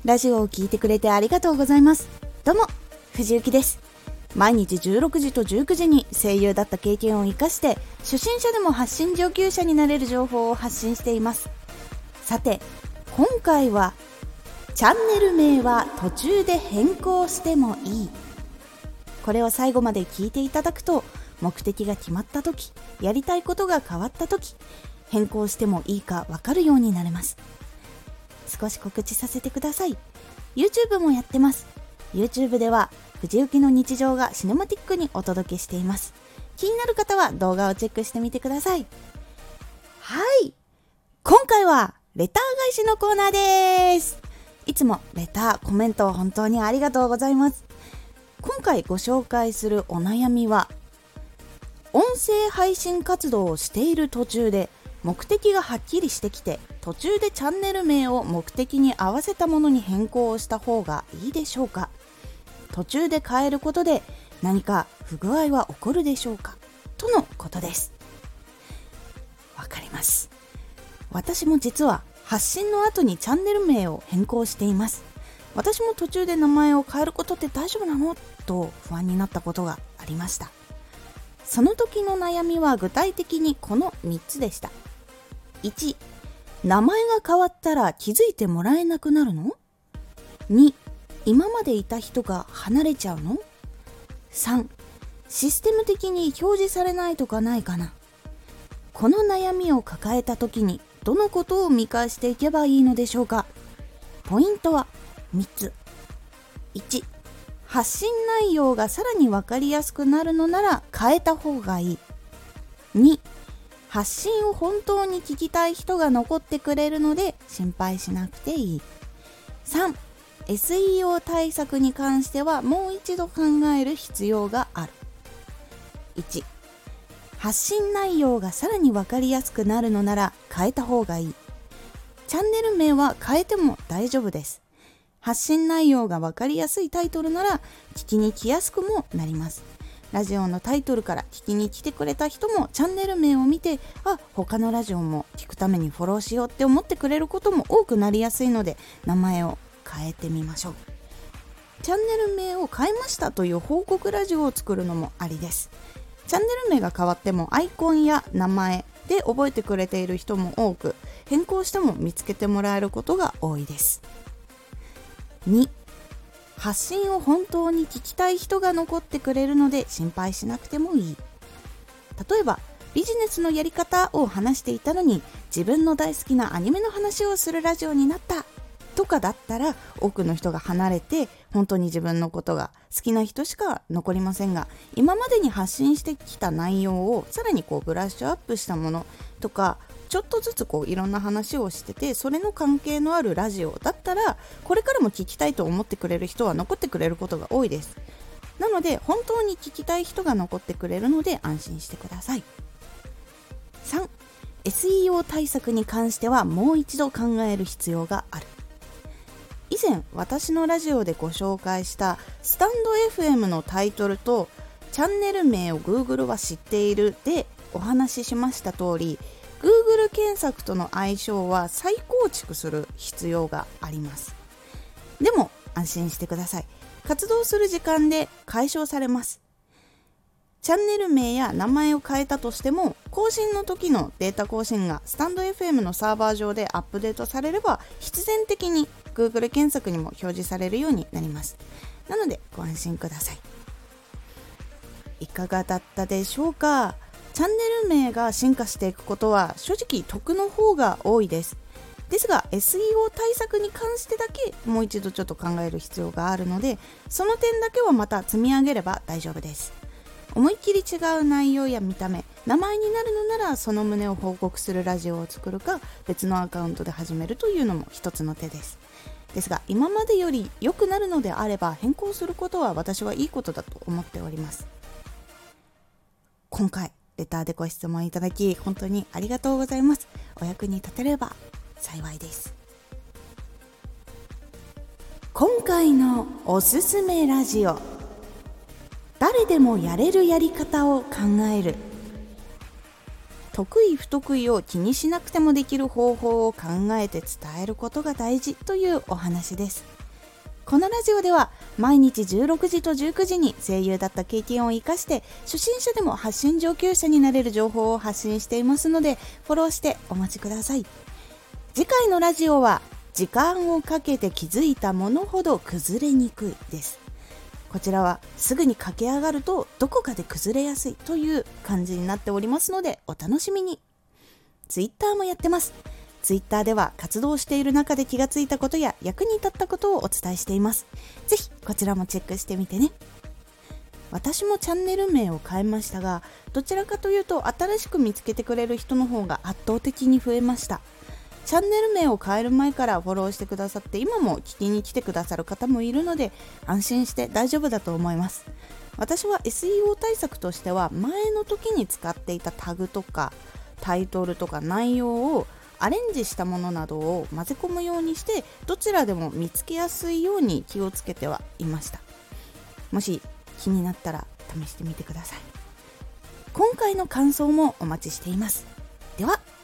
ラジオを聞いてくれてありがとうございます。どうも藤幸です。毎日16時と19時に声優だった経験を生かして初心者でも発信上級者になれる情報を発信しています。さて今回はチャンネル名は途中で変更してもいい。これを最後まで聞いていただくと目的が決まった時、やりたいことが変わった時、変更してもいいか分かるようになれます。少し告知させてください。 YouTube もやってます。 YouTube では藤幸の日常がシネマティックにお届けしています。気になる方は動画をチェックしてみてください。はい、今回はレター返しのコーナーです。いつもレターコメント本当にありがとうございます。今回ご紹介するお悩みは、音声配信活動をしている途中で目的がはっきりしてきて、途中でチャンネル名を目的に合わせたものに変更をした方がいいでしょうか。途中で変えることで何か不具合は起こるでしょうか、とのことです。わかります。私も実は発信の後にチャンネル名を変更しています。私も途中で名前を変えることって大丈夫なのと不安になったことがありました。その時の悩みは具体的にこの3つでした。1、名前が変わったら気づいてもらえなくなるの？ 2、今までいた人が離れちゃうの？ 3、システム的に表示されないとかないかな。この悩みを抱えた時にどのことを見返していけばいいのでしょうか。ポイントは3つ。1、発信内容がさらに分かりやすくなるのなら変えた方がいい。2、発信を本当に聞きたい人が残ってくれるので心配しなくていい。3、SEO 対策に関してはもう一度考える必要がある。1、発信内容がさらに分かりやすくなるのなら変えた方がいい。チャンネル名は変えても大丈夫です。発信内容が分かりやすいタイトルなら聞きに来やすくもなります。ラジオのタイトルから聞きに来てくれた人もチャンネル名を見て、他のラジオも聞くためにフォローしようって思ってくれることも多くなりやすいので、名前を変えてみましょう。チャンネル名を変えましたという報告ラジオを作るのもありです。チャンネル名が変わってもアイコンや名前で覚えてくれている人も多く、変更しても見つけてもらえることが多いです。2、発信を本当に聞きたい人が残ってくれるので心配しなくてもいい。例えばビジネスのやり方を話していたのに自分の大好きなアニメの話をするラジオになったとかだったら、多くの人が離れて本当に自分のことが好きな人しか残りませんが、今までに発信してきた内容をさらにブラッシュアップしたものとか、ちょっとずついろんな話をしてて、それの関係のあるラジオだったらこれからも聞きたいと思ってくれる人は残ってくれることが多いです。なので本当に聞きたい人が残ってくれるので安心してください。3、SEO 対策に関してはもう一度考える必要がある。以前私のラジオでご紹介したスタンド FM のタイトルとチャンネル名を Google は知っているでお話ししました通り、Google 検索との相性は再構築する必要があります。でも安心してください。活動する時間で解消されます。チャンネル名や名前を変えたとしても、更新の時のデータ更新がスタンド FM のサーバー上でアップデートされれば、必然的に Google 検索にも表示されるようになります。なのでご安心ください。いかがだったでしょうか。チャンネル名が進化していくことは正直得の方が多いです。ですが SEO 対策に関してだけもう一度ちょっと考える必要があるので、その点だけはまた積み上げれば大丈夫です。思いっきり違う内容や見た目、名前になるのならその旨を報告するラジオを作るか、別のアカウントで始めるというのも一つの手です。ですが今までより良くなるのであれば変更することは私はいいことだと思っております。今回レターでご質問いただき本当にありがとうございます。お役に立てれば幸いです。今回のおすすめラジオ、誰でもやれるやり方を考える。得意不得意を気にしなくてもできる方法を考えて伝えることが大事というお話です。 このラジオでは毎日16時と19時に声優だった経験を生かして初心者でも発信上級者になれる情報を発信していますので、フォローしてお待ちください。次回のラジオは時間をかけて気づいたものほど崩れにくいです。こちらはすぐに駆け上がるとどこかで崩れやすいという感じになっておりますので、お楽しみに。ツイッターもやってます。ツイッターでは活動している中で気がついたことや役に立ったことをお伝えしています。ぜひこちらもチェックしてみてね。私もチャンネル名を変えましたが、どちらかというと新しく見つけてくれる人の方が圧倒的に増えました。チャンネル名を変える前からフォローしてくださって、今も聞きに来てくださる方もいるので、安心して大丈夫だと思います。私は SEO 対策としては、前の時に使っていたタグとかタイトルとか内容をアレンジしたものなどを混ぜ込むようにして、どちらでも見つけやすいように気をつけてはいました。もし気になったら試してみてください。今回の感想もお待ちしています。では。